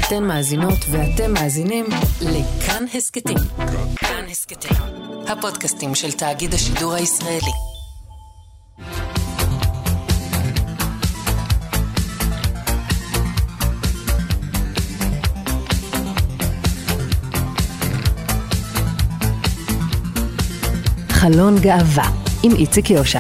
אתן מאזינות ואתם מאזינים לכאן הסקטים. כאן הסקטים, הפודקאסטים של תאגיד השידור הישראלי. חלון גאווה עם איציק יושע.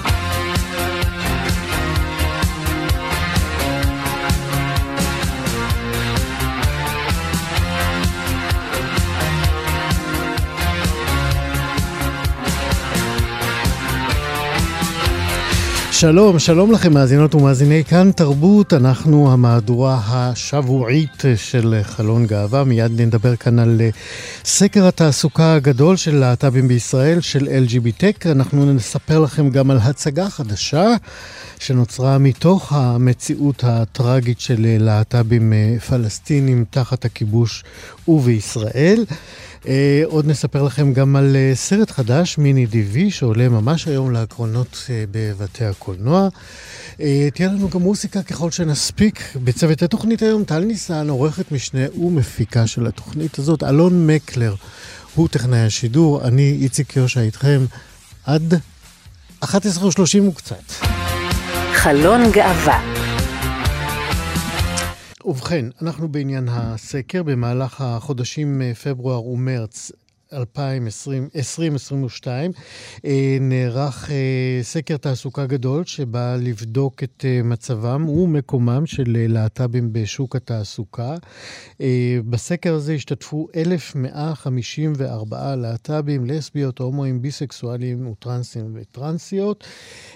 שלום, שלום לכם מאזינות ומאזיני כאן תרבות, אנחנו המהדורה השבועית של חלון גאווה, מיד נדבר כאן על סקר התעסוקה הגדול של להט"בים בישראל, של LGBTech, אנחנו נספר לכם גם על הצגה חדשה שנוצרה מתוך המציאות הטרגית של להט"בים פלסטינים תחת הכיבוש ובישראל. עוד נספר לכם גם על סרט חדש, מיני דיווי, שעולה ממש היום לאקרונות בבתי הקולנוע. תהיה לנו גם מוסיקה ככל שנספיק. בצוות התוכנית היום טל ניסן, עורכת משנה ומפיקה של התוכנית הזאת. אלון מקלר הוא טכנאי השידור. אני איציק יושע איתכם עד 11:30 וקצת. חלון גאווה. ובכן, אנחנו בעניין הסקר. במהלך החודשים פברואר ומרץ 2022 נערך סקר תעסוקה גדול שבא לבדוק את מצבם ומקומם של להט"בים בשוק התעסוקה. בסקר הזה השתתפו 1,154 להט"בים, לסביות, הומואים, ביסקסואלים וטרנסים וטרנסיות.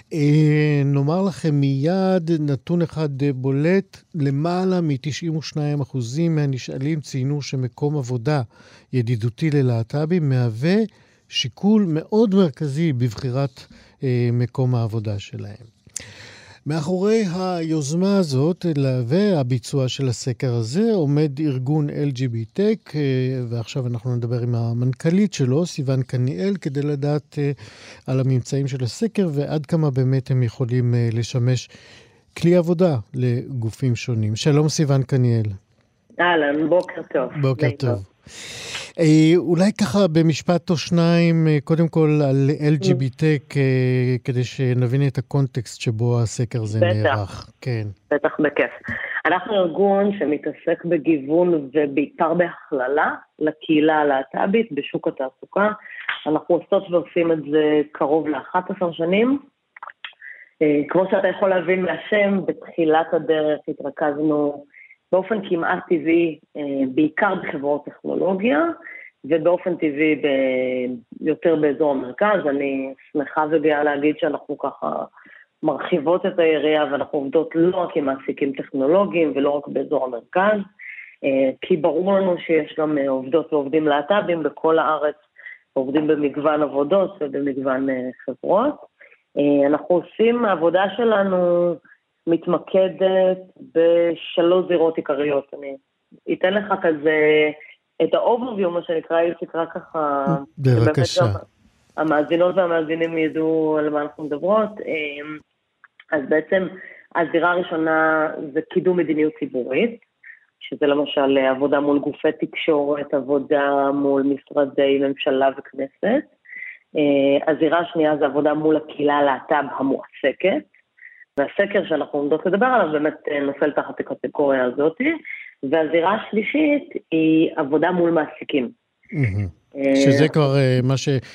נאמר לכם מיד נתון אחד בולט, למעלה מ-92% מהנשאלים ציינו שמקום עבודה ידידותי ללהט"בים מהווה שיקול מאוד מרכזי בבחירת מקום העבודה שלהם. מאחורי היוזמה הזאת והביצוע של הסקר הזה עומד ארגון LGBTech, ועכשיו אנחנו נדבר עם המנכ"לית שלו, סיוון קניאל, כדי לדעת על הממצאים של הסקר ועד כמה באמת הם יכולים לשמש כלי עבודה לגופים שונים. שלום סיוון קניאל. אהלן, בוקר טוב. בוקר טוב. אולי ככה במשפט או שניים, קודם כל על LGBTech, כדי שנבין את הקונטקסט שבו הסקר הזה נערך. כן. בטח בכיף. אנחנו ארגון שמתעסק בגיוון ובעיקר בהכללה לקהילה הלהט"בית בשוק התעסוקה. אנחנו עושות ועושים את זה קרוב ל-11 שנים. כמו שאתה יכול להבין מהשם, בתחילת הדרך התרכזנו באופן כמעט טבעי, בעיקר בחברות טכנולוגיה, ובאופן טבעי יותר באזור המרכז. אני שמחה וגאה להגיד שאנחנו ככה מרחיבות את היריעה, ואנחנו עובדות לא רק עם מעסיקים טכנולוגיים, ולא רק באזור המרכז, כי ברור לנו שיש גם עובדות ועובדים להט"בים בכל הארץ, עובדים במגוון עבודות ובמגוון חברות. אנחנו עושים, העבודה שלנו מתמקדת בשלוש זירות עיקריות. אני אתן לך כזה את האוברוויו, מה שנקרא, יקרא ככה, בבקשה. המאזינות והמאזינים ידעו על מה אנחנו מדברות. אז בעצם הזירה הראשונה זה קידום מדיניות ציבורית, שזה למשל עבודה מול גופי תקשורת, עבודה מול משרדי ממשלה וכנסת. הזירה השנייה זה עבודה מול הקהילה הלהט"ב המועסקת, והסקר שאנחנו עומדות לדבר עליו באמת נופל תחת הקטגוריה הזאת, והזירה השלישית היא עבודה מול מעסיקים. שזה כבר מה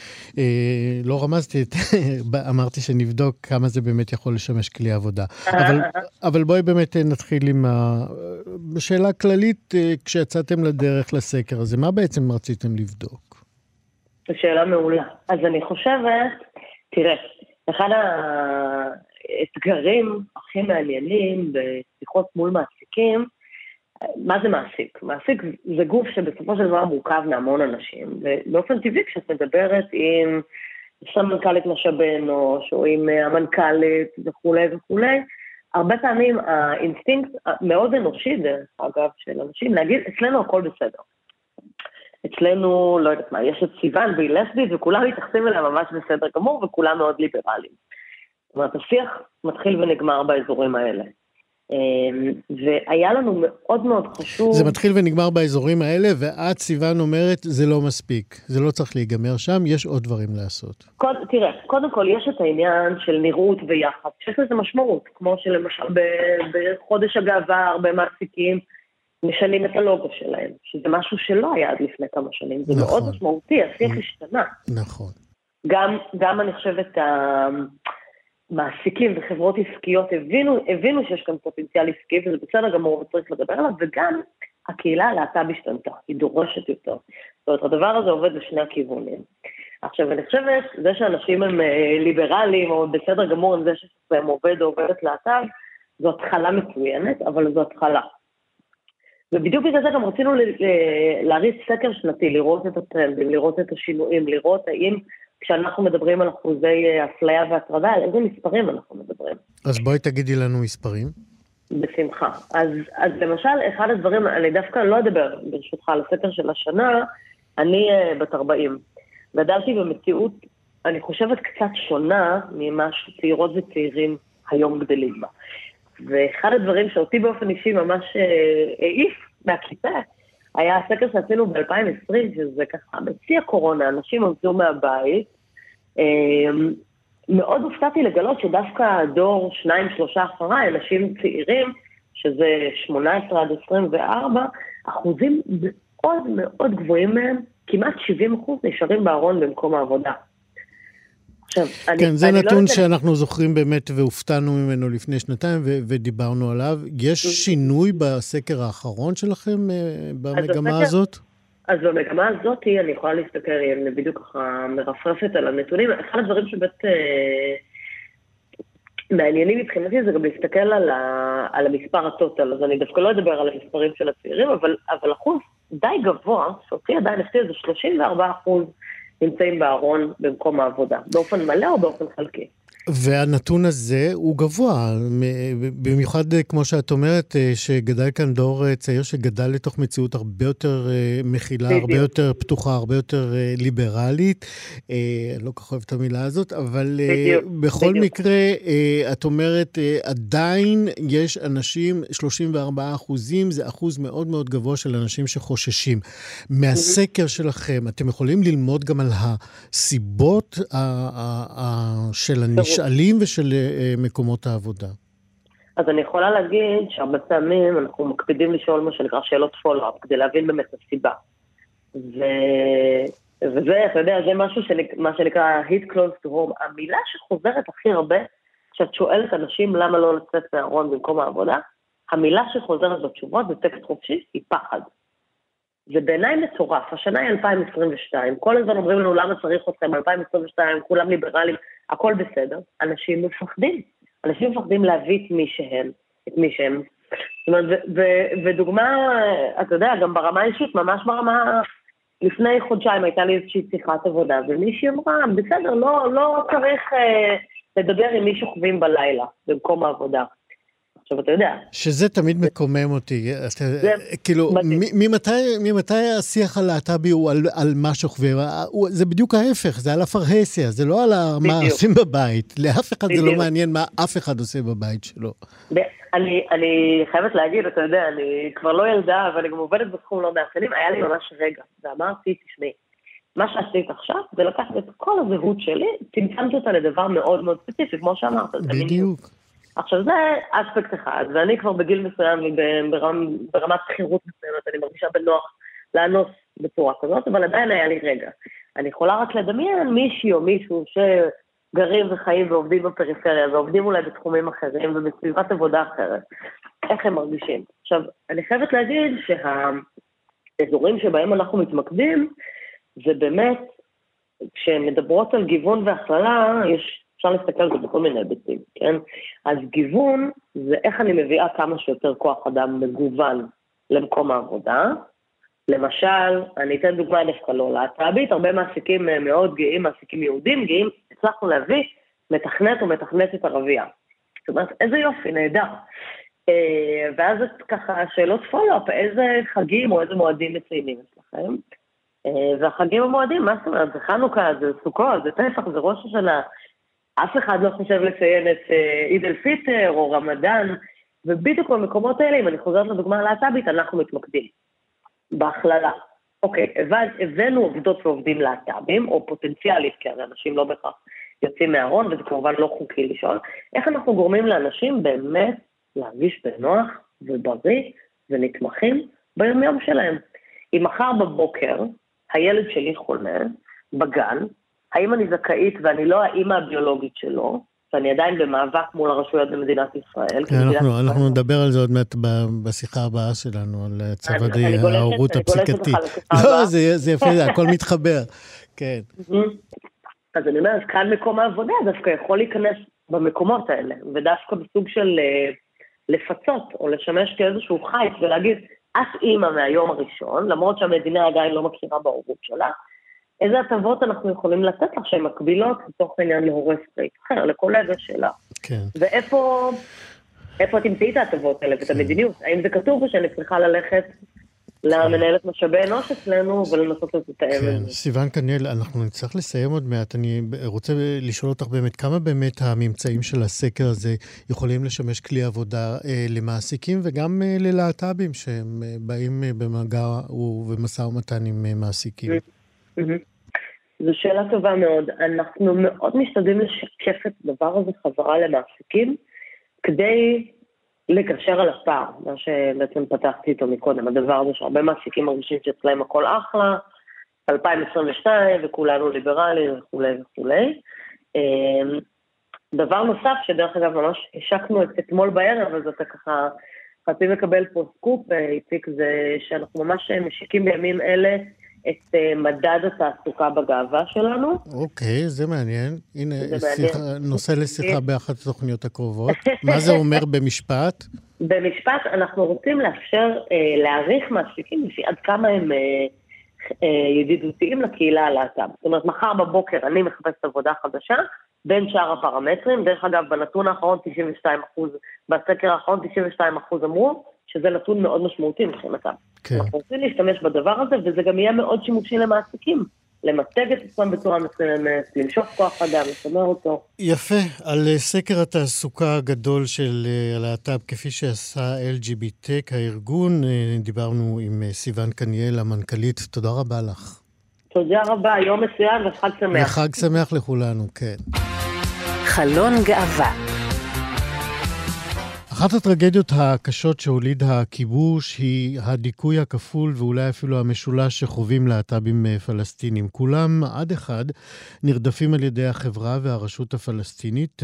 שלא רמזתי, אמרתי שנבדוק כמה זה באמת יכול לשמש כלי עבודה. אבל בואי באמת נתחיל עם השאלה הכללית, כשיצאתם לדרך לסקר הזה, מה בעצם רציתם לבדוק? זו שאלה מעולה. אז אני חושבת, תראה, אחד האתגרים הכי מעניינים בשיחות מול מעסיקים, מה זה מעסיק? מעסיק זה גוף שבסופו של דבר מורכב מהמון אנשים, ובאופן טבעי כשאת מדברת עם סמנכ"לית משאבי אנוש, או עם המנכ"לית וכו' וכו', הרבה פעמים האינסטינקט מאוד אנושי, דרך אגב, של אנשים, להגיד, אצלנו הכל בסדר. אצלנו, לא יודעת מה, יש את סיוון והיא לסבית, וכולם מתייחסים אליה ממש בסדר גמור, וכולם מאוד ליברליים. זאת אומרת, השיח מתחיל ונגמר באזורים האלה. והיה לנו מאוד מאוד חשוב... זה מתחיל ונגמר באזורים האלה, ואת סיוון אומרת, זה לא מספיק. זה לא צריך להיגמר שם, יש עוד דברים לעשות. תראה, קודם כל יש את העניין של נראות ויחד, שיש לזה משמעות, כמו שלמשל בחודש הגאווה הרבה מעסיקים משנים את הלוגו שלהם, שזה משהו שלא היה עד לפני כמה שנים. זה מאוד משמעותי, השיח השתנה. נכון. גם אני חושבת מעסיקים וחברות עסקיות הבינו שיש כאן פוטנציאל עסקי, וזה בסדר גמור וצריך לדבר עליו, וגם הקהילה הלהט"ב השתנתה, היא דורשת יותר. זאת אומרת, הדבר הזה עובד לשני הכיוונים. עכשיו, אני חושבת, זה שאנשים הם ליברליים, או בסדר גמור עם זה שהם עובד או עובדת להט"ב, זו התחלה מצוינת, אבל זו התחלה. ובדיוק בגלל זה גם רצינו להריץ סקר שנתי, לראות את הטרנדים, לראות את השינויים, לראות האם כשאנחנו מדברים על אחוזי אפליה והטרדה, על איזה מספרים אנחנו מדברים. אז בואי תגידי לנו מספרים. בשמחה. אז למשל, אחד הדברים, אני דווקא לא אדבר ברשותך על הסקר של השנה, אני בת 40. גדלתי במציאות, אני חושבת קצת שונה ממה שצעירות וצעירים היום גדלים בה. ואחד הדברים שאותי באופן אישי ממש העיף מהכיפה, היה הסקר שעשינו ב-2020, שזה ככה, בשיא הקורונה, אנשים עבדו מהבית, מאוד הופתעתי לגלות שדווקא דור 2-3 אחריי, אנשים צעירים, שזה 18 עד 24, אחוזים מאוד מאוד גבוהים מהם, כמעט 70% נשארים בארון במקום העבודה. עכשיו, כן, זה נתון שאנחנו זוכרים באמת והופתענו ממנו לפני שנתיים ודיברנו עליו. יש שינוי בסקר האחרון שלכם במגמה הזאת? אז במגמה הזאת אני יכולה להסתכל, אני בדיוק ככה מרפרפת על הנתונים. אחד הדברים שבאמת מעניינים מבחינתי זה גם להסתכל על המספר הטוטל. אז אני דווקא לא אדבר על המספרים של הצעירים, אבל אחוז די גבוה, שאותי עדיין הפתיע, זה 34% נמצאים בארון במקום העבודה, באופן מלא או באופן חלקי. והנתון הזה הוא גבוה, במיוחד כמו שאת אומרת, שגדל כאן דור צעיר שגדל לתוך מציאות הרבה יותר מכילה, הרבה יותר פתוחה, הרבה יותר ליברלית, לא כך אוהב את המילה הזאת, אבל בכל מקרה, את אומרת, עדיין יש אנשים, 34%, זה אחוז מאוד מאוד גבוה של אנשים שחוששים. מהסקר שלכם, אתם יכולים ללמוד גם על הסיבות של הנשאלים ושל מקומות העבודה. אז אני יכולה להגיד שהרבה פעמים אנחנו מקפידים לשאול מה שנקרא שאלות פולו-אפ, כדי להבין באמת את הסיבה. וזה, אתה יודע, זה משהו מה שנקרא hit close to home. המילה שחוזרת הכי הרבה, כשאת שואלת אנשים למה לא לצאת מהארון במקום העבודה, המילה שחוזרת בתשובות, זה טקסט חופשי, היא פחד. זה בעיניי מטורף, השנה היא 2022, כל הזמן אומרים לנו למה צריך אתכם, 2022, כולם ליברלים, הכל בסדר, אנשים מפחדים להביא את מי שהם. זאת אומרת, ודוגמה, אתה יודע, גם ברמה אישית, ממש ברמה, לפני חודשיים הייתה לי איזושהי שיחת עבודה, ומישהי אמרה, בסדר, לא צריך לדבר עם מי שוכבים בלילה, במקום העבודה. עכשיו, אתה יודע. שזה תמיד מקומם אותי. כאילו, ממתי השיח הלהט"בי הוא על מה שוכבים? זה בדיוק ההפך, זה על הפרהסיה, זה לא על מה עושים בבית. לאף אחד זה לא מעניין מה אף אחד עושה בבית שלו. אני חייבת להגיד, אתה יודע, אני כבר לא ילדה, אבל אני גם עובדת בתחום לא מעשנים, היה לי ממש רגע, ואמרתי, תשמעי, מה שעשית עכשיו, זה לקחת את כל הזהות שלי, צמצמתי אותה לדבר מאוד מאוד ספציפי, כמו שאמרת. בדיוק. עכשיו, זה אספקט אחד, ואני כבר בגיל מסוים, ברמת בחירות מסוימת, אני מרגישה בנוח לאנוס בצורה כזאת, אבל עדיין היה לי רגע. אני יכולה רק לדמיין מישהי או מישהו שגרים וחיים ועובדים בפריפריה, ועובדים אולי בתחומים אחרים ובסביבת עבודה אחרת. איך הם מרגישים? עכשיו, אני חייבת להגיד שהאזורים שבהם אנחנו מתמקדים, זה באמת, כשמדברות על גיוון והכללה, אפשר להסתכל על זה בכל מיני היבטים, כן? אז גיוון זה איך אני מביאה כמה שיותר כוח אדם מגוון למקום העבודה. למשל, אני אתן דוגמה דווקא לא להט"בית, הרבה מעסיקים מאוד גאים, מעסיקים יהודים גאים, הצלחנו להביא מתכנת או מתכנתת ערבייה. זאת אומרת, איזה יופי, נהדר. ואז ככה שאלות פולו-אפ, איזה חגים או איזה מועדים מציינים אצלכם? והחגים המועדים, מה זאת אומרת? זה חנוכה, זה סוכות, זה פסח, זה ראש השנה. אף אחד לא חושב לציין את עיד אל פיטר או רמדאן, ובדיוק במקומות האלה, אם אני חוזרת לדוגמה הלהט"בית, אנחנו מתמקדים בהכללה. אוקיי, הבאנו עובדות ועובדים להט"בים, או פוטנציאלית, כי אנשים לא בכך יוצאים מהארון, וזה כמובן לא חוקי לשאול, איך אנחנו גורמים לאנשים באמת להרגיש בנוח ובריא ונתמכים ביום שלהם. אם מחר בבוקר הילד שלי חולה בגן, האם אני זכאית ואני לא האמא הביולוגית שלו, ואני עדיין במאבק מול הרשויות במדינת ישראל. אנחנו נדבר על זה עוד מעט בשיחה הבאה שלנו, על צווי ההורות הפסיקתית. לא, זה יפה, הכל מתחבר. כן. אז אני אומרת, כאן מקום העבודה דווקא יכול להיכנס במקומות האלה, ודווקא בסוג של לפצות, או לשמש כאיזשהו חייץ, ולהגיד, את אימא מהיום הראשון, למרות שהמדינה עדיין לא מכירה בהורות שלה, איזה הטבות אנחנו יכולים לתת לך שהן מקבילות לתוך העניין להורה סטרייט אחר, לקולגה שלה. כן. ואיפה תמצאי את ההטבות האלה ואת המדיניות? האם זה כתוב שאני צריכה ללכת למנהלת משאבי אנוש אצלנו ולנסות לתאם את זה? כן, סיוון קניאל, אנחנו נצטרך לסיים עוד מעט. אני רוצה לשאול אותך באמת, כמה באמת הממצאים של הסקר הזה יכולים לשמש כלי עבודה למעסיקים וגם ללהט"בים שהם באים במגע ובמשא ומתן עם מעסיקים? זו שאלה טובה מאוד. אנחנו מאוד משתדלים לשקף את הדבר הזה חזרה למעסיקים, כדי לגשר על הפער, מה שבעצם פתחתי איתו מקודם. הדבר הזה שהרבה מעסיקים מרגישים שאצלהם הכל אחלה, 2022 וכולנו ליברליים וכו' וכו'. דבר נוסף שדרך אגב ממש השקנו אתמול בערב, אז אתה ככה חצי מקבל פה סקופ, איציק, זה שאנחנו ממש משיקים בימים אלה את מדד התעסוקה בגאווה שלנו. אוקיי, זה מעניין. הנה, נושא לשיחה באחת התוכניות הקרובות. מה זה אומר במשפט? במשפט אנחנו רוצים לאפשר להעריך מעסיקים לפי עד כמה הם ידידותיים לקהילה הלהט"ב. זאת אומרת, מחר בבוקר אני מחפשת עבודה חדשה, בין שאר הפרמטרים. דרך אגב, בנתון האחרון 92%, בסקר האחרון 92% אמרו, שזה נתון מאוד משמעותי מבחינתם. כן. אנחנו רוצים להשתמש בדבר הזה, וזה גם יהיה מאוד שימושי למעסיקים, למתג את עצמם בצורה מסוימת, למשוך כוח אדם, לשמר אותו. יפה, על סקר התעסוקה הגדול של הלהט"ב, כפי שעשה LGBTech, הארגון, דיברנו עם סיוון קניאל, המנכ"לית. תודה רבה לך. תודה רבה, יום מצוין וחג שמח. וחג שמח לכולנו, כן. חלון גאווה. אחת הטרגדיות הקשות שהוליד הכיבוש היא הדיכוי הכפול ואולי אפילו המשולש שחווים להט"בים פלסטינים. כולם עד אחד נרדפים על ידי החברה והרשות הפלסטינית,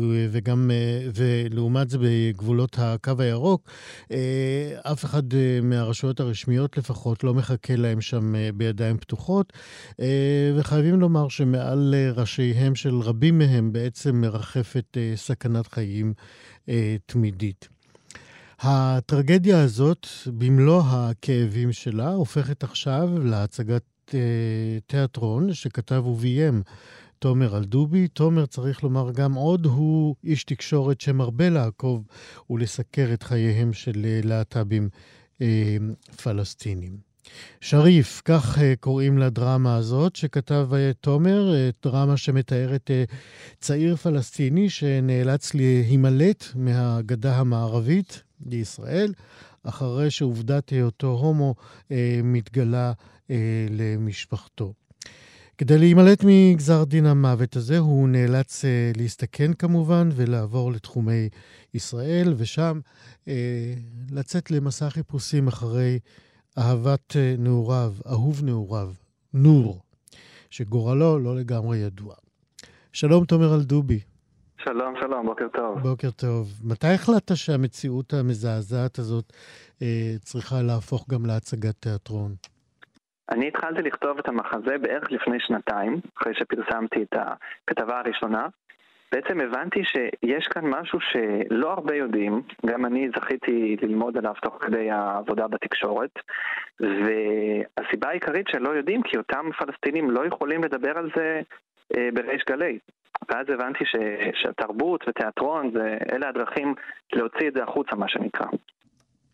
ולעומת זה בגבולות הקו הירוק, אף אחד מהרשויות הרשמיות לפחות לא מחכה להם שם בידיים פתוחות, וחייבים לומר שמעל ראשיהם של רבים מהם בעצם מרחפת סכנת חיים תמידית. הטרגדיה הזאת, במלוא הכאבים שלה, הופכת עכשיו להצגת תיאטרון שכתב וביים תומר אלדובי. תומר, צריך לומר גם עוד, הוא איש תקשורת שמרבה לעקוב ולסקר את חייהם של להט"בים פלסטינים. שריף, כך קוראים לדרמה הזאת שכתב תומר, דרמה שמתארת צעיר פלסטיני שנאלץ להימלט מהגדה המערבית לישראל, אחרי שעובדת היותו הומו מתגלה למשפחתו. כדי להימלט מגזר דין המוות הזה, הוא נאלץ להסתכן כמובן ולעבור לתחומי ישראל, ושם לצאת למסע חיפושים אחרי אהבת נעוריו, אהוב נעוריו, נור, שגורלו לא לגמרי ידוע. שלום תומר אלדובי. שלום, שלום, בוקר טוב. בוקר טוב. מתי החלטת שהמציאות המזעזעת הזאת צריכה להפוך גם להצגת תיאטרון? אני התחלתי לכתוב את המחזה בערך לפני 2 אחרי שפרסמתי את הכתבה הראשונה. בעצם הבנתי שיש כאן משהו שלא הרבה יודעים, גם אני זכיתי ללמוד עליו תוך כדי העבודה בתקשורת, והסיבה העיקרית שלא יודעים כי אותם פלסטינים לא יכולים לדבר על זה בריש גלי. ואז הבנתי שהתרבות ותיאטרון, אלה הדרכים להוציא את זה החוצה, מה שנקרא.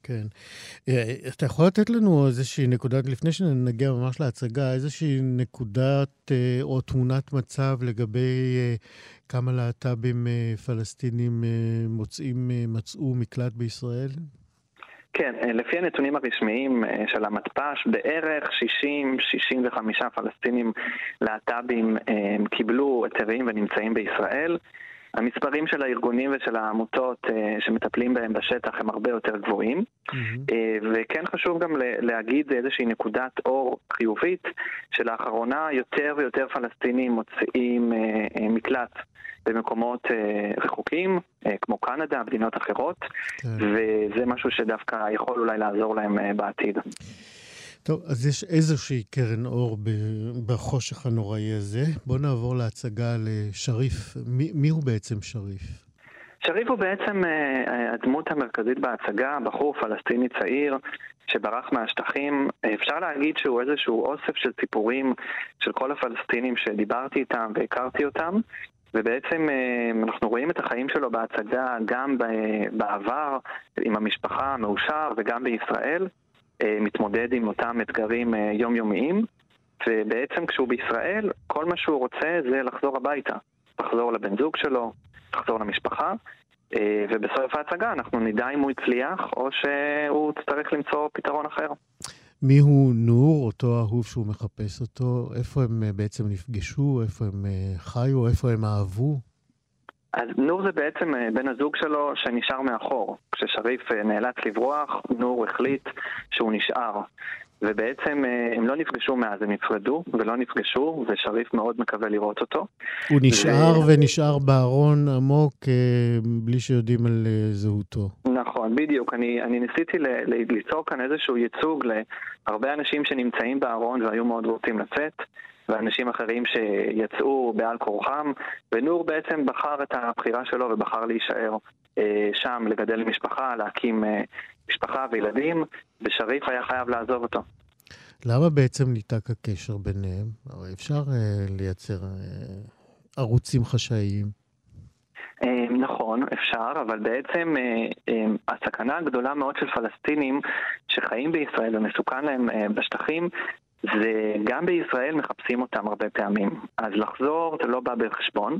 כן. אתה יכול לתת לנו איזושהי נקודת, לפני שנגיע ממש להצגה, איזושהי נקודת או תמונת מצב לגבי כמה להט"בים פלסטינים מצאו מקלט בישראל? כן, לפי הנתונים הרשמיים של המתפ"ש, בערך 60-65 פלסטינים להט"בים קיבלו היתרים ונמצאים בישראל. המספרים של הארגונים ושל העמותות שמטפלים בהם בשטח הם הרבה יותר גבוהים. וכן חשוב גם להגיד איזושהי נקודת אור חיובית, שלאחרונה יותר ויותר פלסטינים מוצאים מקלט במקומות רחוקים, כמו קנדה, מדינות אחרות, וזה משהו שדווקא יכול אולי לעזור להם בעתיד. טוב, אז יש איזושהי קרן אור בחושך הנוראי הזה. בואו נעבור להצגה לשריף. מי הוא בעצם שריף? שריף הוא בעצם הדמות המרכזית בהצגה, בחור פלסטיני צעיר שברח מהשטחים. אפשר להגיד שהוא איזשהו אוסף של סיפורים של כל הפלסטינים שדיברתי איתם והכרתי אותם, ובעצם אנחנו רואים את החיים שלו בהצגה גם בעבר עם המשפחה המאושר וגם בישראל. מתמודד עם אותם אתגרים יומיומיים, ובעצם כשהוא בישראל, כל מה שהוא רוצה זה לחזור הביתה, לחזור לבן זוג שלו, לחזור למשפחה, ובסוף ההצגה אנחנו נדע אם הוא הצליח, או שהוא צריך למצוא פתרון אחר. מי הוא נור, אותו אהוב שהוא מחפש אותו? איפה הם בעצם נפגשו? איפה הם חיו? איפה הם אהבו? אז נור זה בעצם בן הזוג שלו שנשאר מאחור. כששריף נאלץ לברוח, נור החליט שהוא נשאר. ובעצם הם לא נפגשו מאז, הם נפרדו ולא נפגשו, ושריף מאוד מקווה לראות אותו. הוא נשאר ונשאר בארון עמוק בלי שיודעים על זהותו. נכון, בדיוק. אני ניסיתי ליצור כאן איזשהו ייצוג להרבה אנשים שנמצאים בארון והיו מאוד רוצים לצאת, ואנשים אחרים שיצאו בעל כורחם, ונור בעצם בחר את הבחירה שלו ובחר להישאר שם, לגדל משפחה, להקים משפחה וילדים, ושריף היה חייב לעזוב אותו. למה בעצם ניתק הקשר ביניהם? הרי אפשר לייצר ערוצים חשאיים. נכון, אפשר, אבל בעצם הסכנה הגדולה מאוד של פלסטינים שחיים בישראל ומסוכן להם בשטחים, זה גם בישראל מחפשים אותם הרבה פעמים. אז לחזור זה לא בא בחשבון,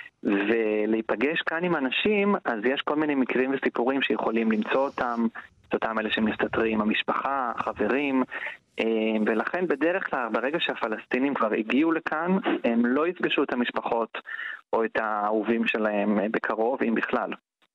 ולהיפגש כאן עם אנשים, אז יש כל מיני מקרים וסיפורים שיכולים למצוא אותם, אותם אלה שמסתתרים, המשפחה, חברים, ולכן בדרך כלל, ברגע שהפלסטינים כבר הגיעו לכאן, הם לא יפגשו את המשפחות או את האהובים שלהם בקרוב, אם בכלל.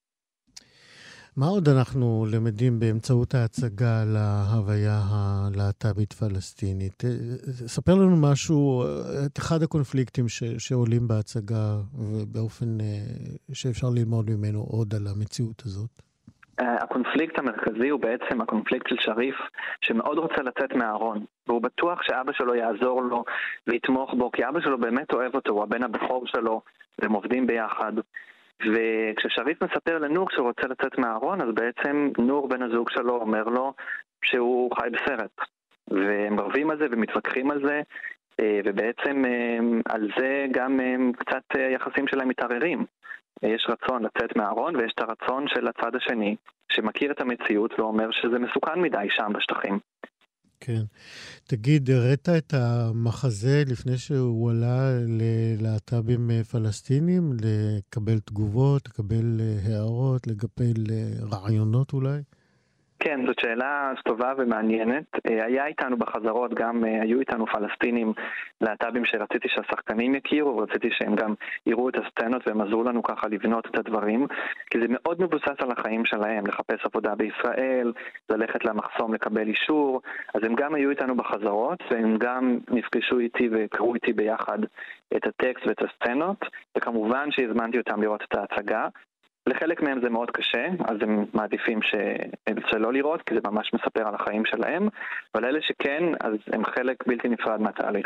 מה עוד אנחנו למדים באמצעות ההצגה להוויה הלהט"בית פלסטינית? ספר לנו משהו, את אחד הקונפליקטים שעולים בהצגה, ובאופן שאפשר ללמוד ממנו עוד על המציאות הזאת. הקונפליקט המרכזי הוא בעצם הקונפליקט של שריף, שמאוד רוצה לצאת מהארון, והוא בטוח שאבא שלו יעזור לו ויתמוך בו, כי אבא שלו באמת אוהב אותו, הוא הבן הבכור שלו, והם עובדים ביחד. וכששריף מספר לנור שהוא רוצה לצאת מהארון, אז בעצם נור בן הזוג שלו אומר לו שהוא חי בסרט. והם רבים על זה ומתווכחים על זה, ובעצם על זה גם קצת יחסים שלהם מתערערים. יש רצון לצאת מהארון ויש את הרצון של הצד השני שמכיר את המציאות ואומר שזה מסוכן מדי שם בשטחים. כן. תגיד, הראית את המחזה לפני שהוא עלה ללהט"בים פלסטינים, לקבל תגובות, לקבל הערות, לקבל רעיונות אולי? כן, זאת שאלה טובה ומעניינת. היה איתנו בחזרות, גם היו איתנו פלסטינים להט"בים שרציתי שהשחקנים יכירו, ורציתי שהם גם יראו את הסצנות והם עזרו לנו ככה לבנות את הדברים, כי זה מאוד מבוסס על החיים שלהם, לחפש עבודה בישראל, ללכת למחסום לקבל אישור, אז הם גם היו איתנו בחזרות, והם גם נפגשו איתי וקראו איתי ביחד את הטקסט ואת הסצנות, וכמובן שהזמנתי אותם לראות את ההצגה. לחלק מהם זה מאוד קשה, אז הם מעדיפים שלא לראות, כי זה ממש מספר על החיים שלהם, אבל אלה שכן, אז הם חלק בלתי נפרד מהתהליך.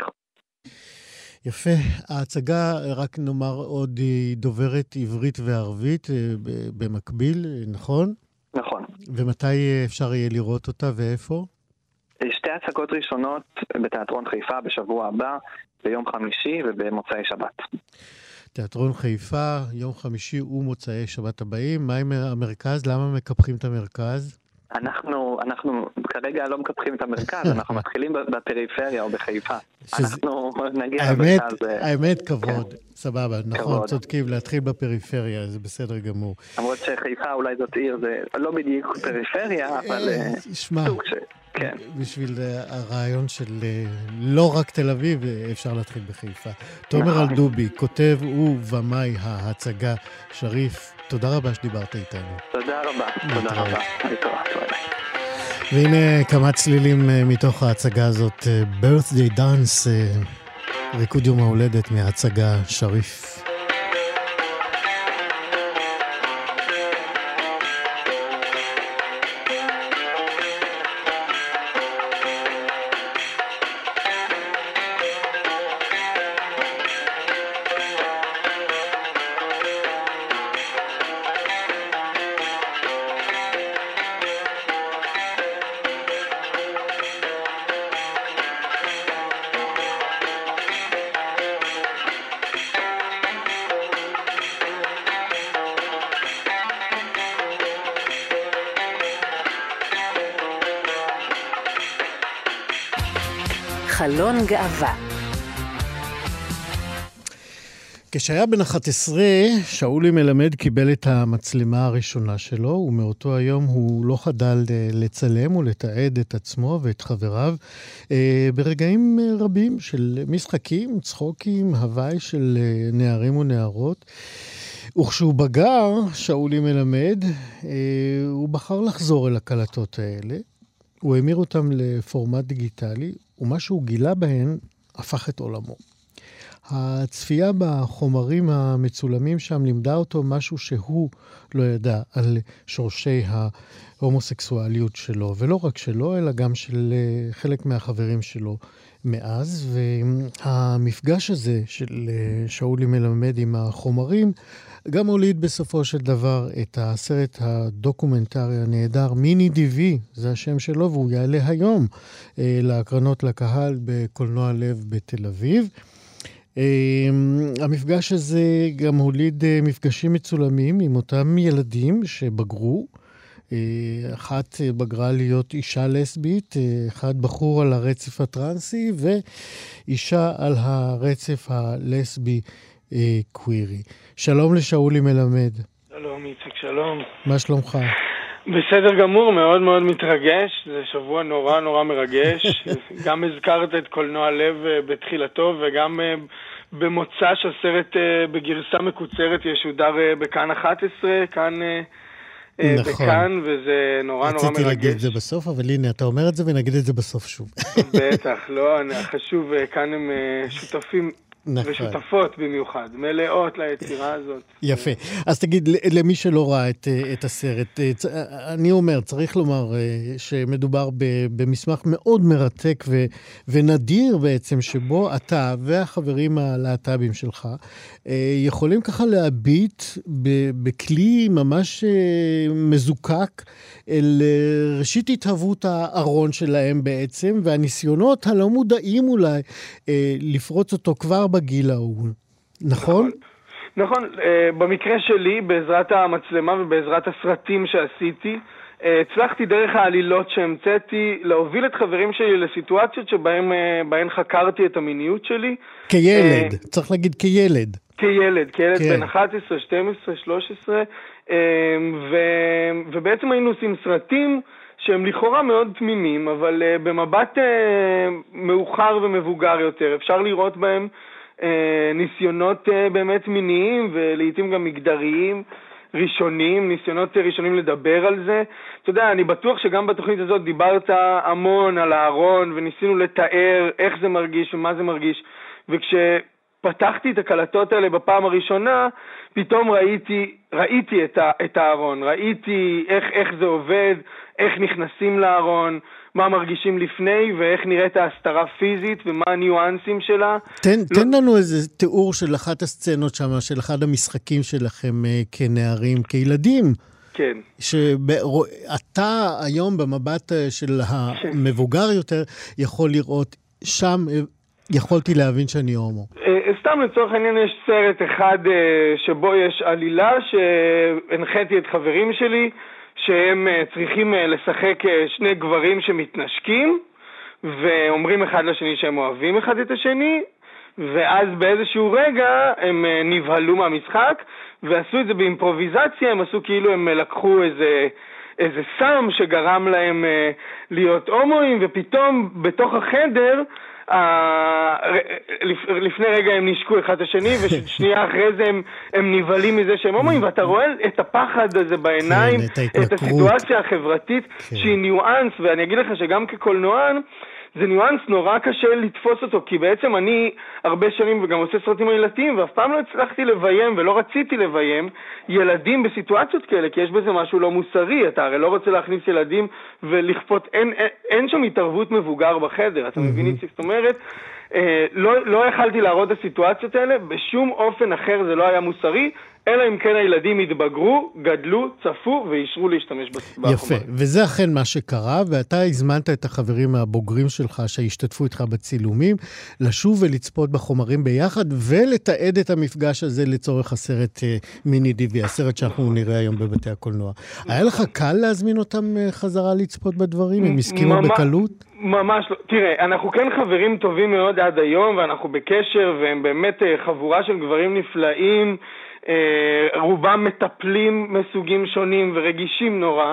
יפה. ההצגה, רק נאמר עוד, היא דוברת עברית וערבית במקביל, נכון? נכון. ומתי אפשר יהיה לראות אותה ואיפה? שתי הצגות ראשונות בתיאטרון חיפה בשבוע הבא, ביום חמישי ובמוצאי שבת. תיאטרון חיפה, יום חמישי ומוצאי שבת הבאים. מה עם המרכז? למה מקפחים את המרכז? אנחנו כרגע לא מקפחים את המרכז, אנחנו מתחילים בפריפריה או בחיפה. אנחנו נגיע למרכז. האמת, כבוד. סבבה, נכון, צודקים, להתחיל בפריפריה, זה בסדר גמור. למרות שחיפה אולי זאת עיר, זה לא בדיוק פריפריה, אבל סוג של... כן. בשביל הרעיון של לא רק תל אביב, אפשר להתחיל בחיפה. תומר אלדובי, כותב ובמאי ההצגה שריף, תודה רבה שדיברת איתנו. תודה רבה, תודה רבה. והנה כמה צלילים מתוך ההצגה הזאת, birthday dance, ריקוד יום ההולדת מההצגה שריף. חלון גאווה. כשהיה בן 11, שאולי מלמד קיבל את המצלמה הראשונה שלו, ומאותו היום הוא לא חדל לצלם ולתעד את עצמו ואת חבריו ברגעים רבים של משחקים, צחוקים, הוואי של נערים ונערות. וכשהוא בגר, שאולי מלמד, הוא בחר לחזור אל הקלטות האלה. הוא המיר אותם לפורמט דיגיטלי, ומה שהוא גילה בהן הפך את עולמו. הצפייה בחומרים המצולמים שם לימדה אותו משהו שהוא לא ידע על שורשי ההומוסקסואליות שלו, ולא רק שלו, אלא גם של חלק מהחברים שלו מאז. והמפגש הזה של שאולי מלמד עם החומרים גם הוליד בסופו של דבר את הסרט הדוקומנטרי הנהדר מיני דיווי, זה השם שלו, והוא יעלה היום להקרנות לקהל בקולנוע לב בתל אביב. המפגש הזה גם הוליד מפגשים מצולמים עם אותם ילדים שבגרו. אחת בגרה להיות אישה לסבית, אחד בחור על הרצף הטרנסי, ואישה על הרצף הלסבי קווירי. שלום לשאולי מלמד. שלום איציק, שלום. מה שלומך? בסדר גמור, מאוד מאוד מתרגש, זה שבוע נורא נורא מרגש. גם הזכרת את קולנוע לב בתחילתו, וגם במוצא שהסרט בגרסה מקוצרת ישודר בכאן 11, כאן נכון. בכאן, וזה נורא נורא מרגש. רציתי להגיד את זה בסוף, אבל הנה, אתה אומר את זה ונגיד את זה בסוף שוב. בטח, לא, חשוב, כאן הם שותפים. נכון. ושותפות במיוחד, מלאות ליצירה הזאת. יפה. אז תגיד, למי שלא ראה את הסרט, אני אומר, צריך לומר שמדובר במסמך מאוד מרתק ונדיר בעצם, שבו אתה והחברים הלהט"בים שלך יכולים ככה להביט בכלי ממש מזוקק אל ראשית התהוות הארון שלהם בעצם, והניסיונות הלא מודעים אולי לפרוץ אותו כבר בגיל ההוא, נכון? נכון, במקרה שלי, בעזרת המצלמה ובעזרת הסרטים שעשיתי, הצלחתי דרך העלילות שהמצאתי להוביל את חברים שלי לסיטואציות שבהן חקרתי את המיניות שלי. כילד, צריך להגיד כילד. כילד בן 11, 12, 13, ובעצם היינו עושים סרטים שהם לכאורה מאוד תמימים, אבל במבט מאוחר ומבוגר יותר, אפשר לראות בהם ניסיונות באמת מיניים ולעיתים גם מגדריים ראשונים, ניסיונות ראשונים לדבר על זה. אתה יודע, אני בטוח שגם בתוכנית הזאת דיברת המון על הארון וניסינו לתאר איך זה מרגיש ומה זה מרגיש, וכשפתחתי את הקלטות האלה בפעם הראשונה, פתאום ראיתי את הארון, ראיתי איך זה עובד, איך נכנסים לארון, מה מרגישים לפני ואיך נראית ההסתרה פיזית ומה הניואנסים שלה. תן לנו איזה תיאור של אחת הסצנות שם, של אחד המשחקים שלכם כנערים, כילדים. כן. שאתה היום במבט של המבוגר יותר יכול לראות שם, יכולתי להבין שאני הומו. סתם לצורך העניין יש סרט אחד שבו יש עלילה שהנחיתי את חברים שלי, שהם צריכים לשחק שני גברים שמתנשקים, ואומרים אחד לשני שהם אוהבים אחד את השני, ואז באיזשהו רגע הם נבהלו מהמשחק, ועשו את זה באימפרוביזציה, הם עשו כאילו הם לקחו איזה סם שגרם להם להיות הומואים, ופתאום בתוך החדר, לפני רגע הם נשקו אחד השני, ושנייה אחרי זה הם נבהלים מזה שהם הומואים, ואתה רואה את הפחד הזה בעיניים, את הסיטואציה החברתית שהיא ניואנס, ואני אגיד לך שגם כקולנוען, זה ניואנס נורא קשה לתפוס אותו, כי בעצם אני הרבה שנים וגם עושה סרטים ילדים, ואף פעם לא הצלחתי לביים ולא רציתי לביים ילדים בסיטואציות כאלה, כי יש בזה משהו לא מוסרי, אתה הרי לא רוצה להכניס ילדים ולכפות, אין שם התערבות מבוגר בחדר, אתה מבין? זאת אומרת, לא יכלתי להראות את הסיטואציות האלה, בשום אופן אחר זה לא היה מוסרי, אלא אם כן הילדים התבגרו, גדלו, צפו ואישרו להשתמש בחומרים. יפה, וזה אכן מה שקרה, ואתה הזמנת את החברים הבוגרים שלך שהשתתפו איתך בצילומים, לשוב ולצפות בחומרים ביחד, ולתעד את המפגש הזה לצורך הסרט מיני דיבי, הסרט שאנחנו נראה היום בבתי הקולנוע. היה לך קל להזמין אותם חזרה לצפות בדברים? הם הסכימו בקלות? ממש לא. תראה, אנחנו כן חברים טובים מאוד עד היום, ואנחנו בקשר, והם באמת חבורה של גברים נפלאים, רובם מטפלים מסוגים שונים ורגישים נורא,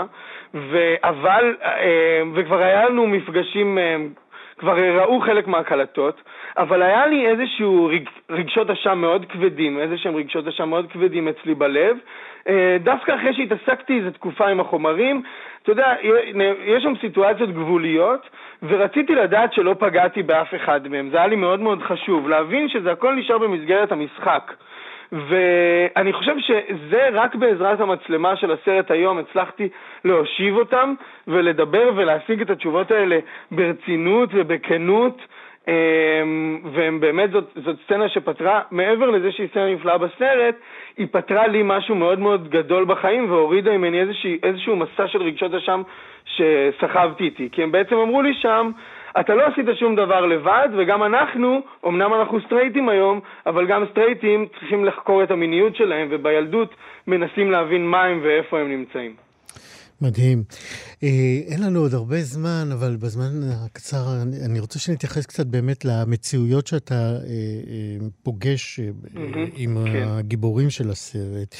וכבר היה לנו מפגשים, כבר ראו חלק מהקלטות, אבל היה לי איזשהו רגשות אשם מאוד כבדים, אצלי בלב, דווקא אחרי שהתעסקתי איזו תקופה עם החומרים, אתה יודע, יש שם סיטואציות גבוליות, ורציתי לדעת שלא פגעתי באף אחד מהם, זה היה לי מאוד מאוד חשוב, להבין שזה הכל נשאר במסגרת המשחק. ואני חושב שזה רק בעזרת המצלמה של הסרט היום הצלחתי להושיב אותם ולדבר ולהשיג את התשובות האלה ברצינות ובכנות, והם באמת זאת סצנה שפתרה, מעבר לזה שהיא סצנה נפלאה בסרט, היא פתרה לי משהו מאוד מאוד גדול בחיים והורידה ממני איזשהו מסע של רגשות אשם שסחבתי איתי, כי הם בעצם אמרו לי שם, אתה לא עשית שום דבר לבד, וגם אנחנו, אמנם אנחנו סטרייטים היום, אבל גם סטרייטים צריכים לחקור את המיניות שלהם, ובילדות מנסים להבין מה הם ואיפה הם נמצאים. מדהים. אין לנו עוד הרבה זמן, אבל בזמן הקצר אני רוצה שנתייחס קצת באמת למציאויות שאתה פוגש עם הגיבורים של הסרט.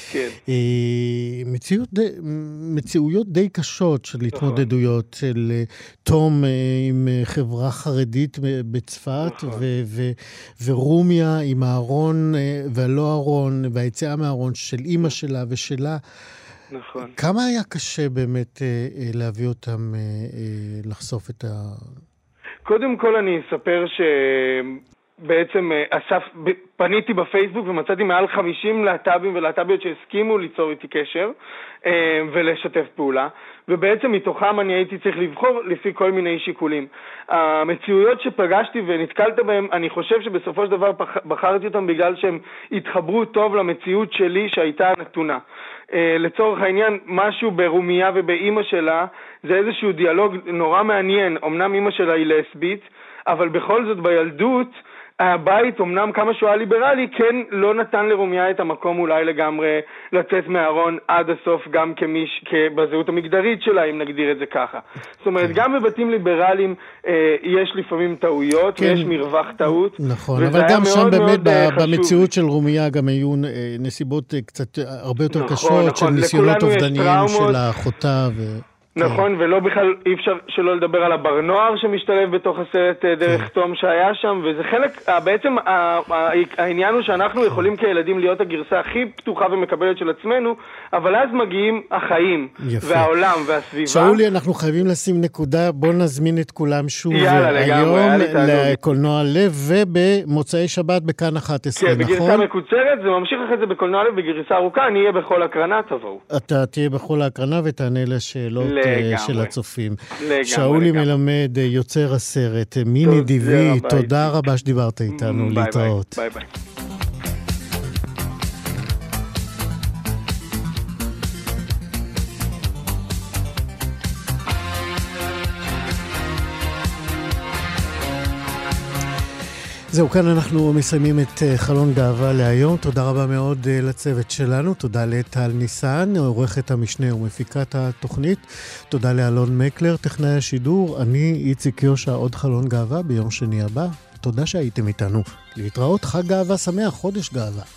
מציאויות די קשות של התמודדויות, של תום עם חברה חרדית בצפת, ורומיה עם הארון והלא ארון, והיציאה מהארון של אמא שלה ושלה. נכון. כמה היה קשה באמת להביא אותם לחשוף את ה... קודם כל אני אספר שבעצם פניתי בפייסבוק ומצאתי מעל 50 להט"בים ולהט"ביות שהסכימו ליצור איתי קשר ולשתף פעולה, ובעצם מתוכם אני הייתי צריך לבחור לפי כל מיני שיקולים. המציאויות שפגשתי ונתקלת בהם, אני חושב שבסופו של דבר בחרתי אותם בגלל שהם התחברו טוב למציאות שלי שהייתה נתונה. לצורך העניין, משהו ברומיה ובאמא שלה, זה איזשהו דיאלוג נורא מעניין. אמנם אמא שלה היא לסבית, אבל בכל זאת בילדות, הבית, אמנם כמה שהוא היה ליברלי, כן לא נתן לרומיה את המקום אולי לגמרי לצאת מהארון עד הסוף, גם בזהות המגדרית שלה, אם נגדיר את זה ככה. זאת אומרת, גם בבתים ליברליים יש לפעמים טעויות, ויש מרווח טעות. נכון, אבל גם שם באמת במציאות של רומיה גם היו נסיבות קצת הרבה יותר קשות, של ניסיונות אובדניים של האחותה נכון, ולא בכלל אי אפשר שלא לדבר על הבר נוער שמשתלב בתוך הסרט דרך תום שהיה שם, וזה חלק, בעצם העניין הוא שאנחנו יכולים כילדים להיות הגרסה הכי פתוחה ומקבלת של עצמנו, אבל אז מגיעים החיים והעולם והסביבה. שאולי, אנחנו חייבים לשים נקודה, בוא נזמין את כולם שוב היום לקולנוע לב, ובמוצאי שבת בכאן 11, נכון? כן, בגרסה מקוצרת, זה ממשיך אחרי זה בקולנוע לב, בגרסה ארוכה, אני אהיה בכל הקרנה, תבואו. אתה תהיה בכל הקרנה ותענה לשאלות של הצופים. שאולי מלמד, יוצר הסרט, מיני דיבי, תודה רבה שדיברת איתנו, להתראות. ביי ביי. זהו, כאן אנחנו מסיימים את חלון גאווה להיום. תודה רבה מאוד לצוות שלנו, תודה לטל ניסן, עורכת המשנה ומפיקת התוכנית, תודה לאלון מקלר, טכנאי השידור, אני איציק יושע, עוד חלון גאווה ביום שני הבא. תודה שהייתם איתנו. להתראות, חג גאווה שמח, חודש גאווה.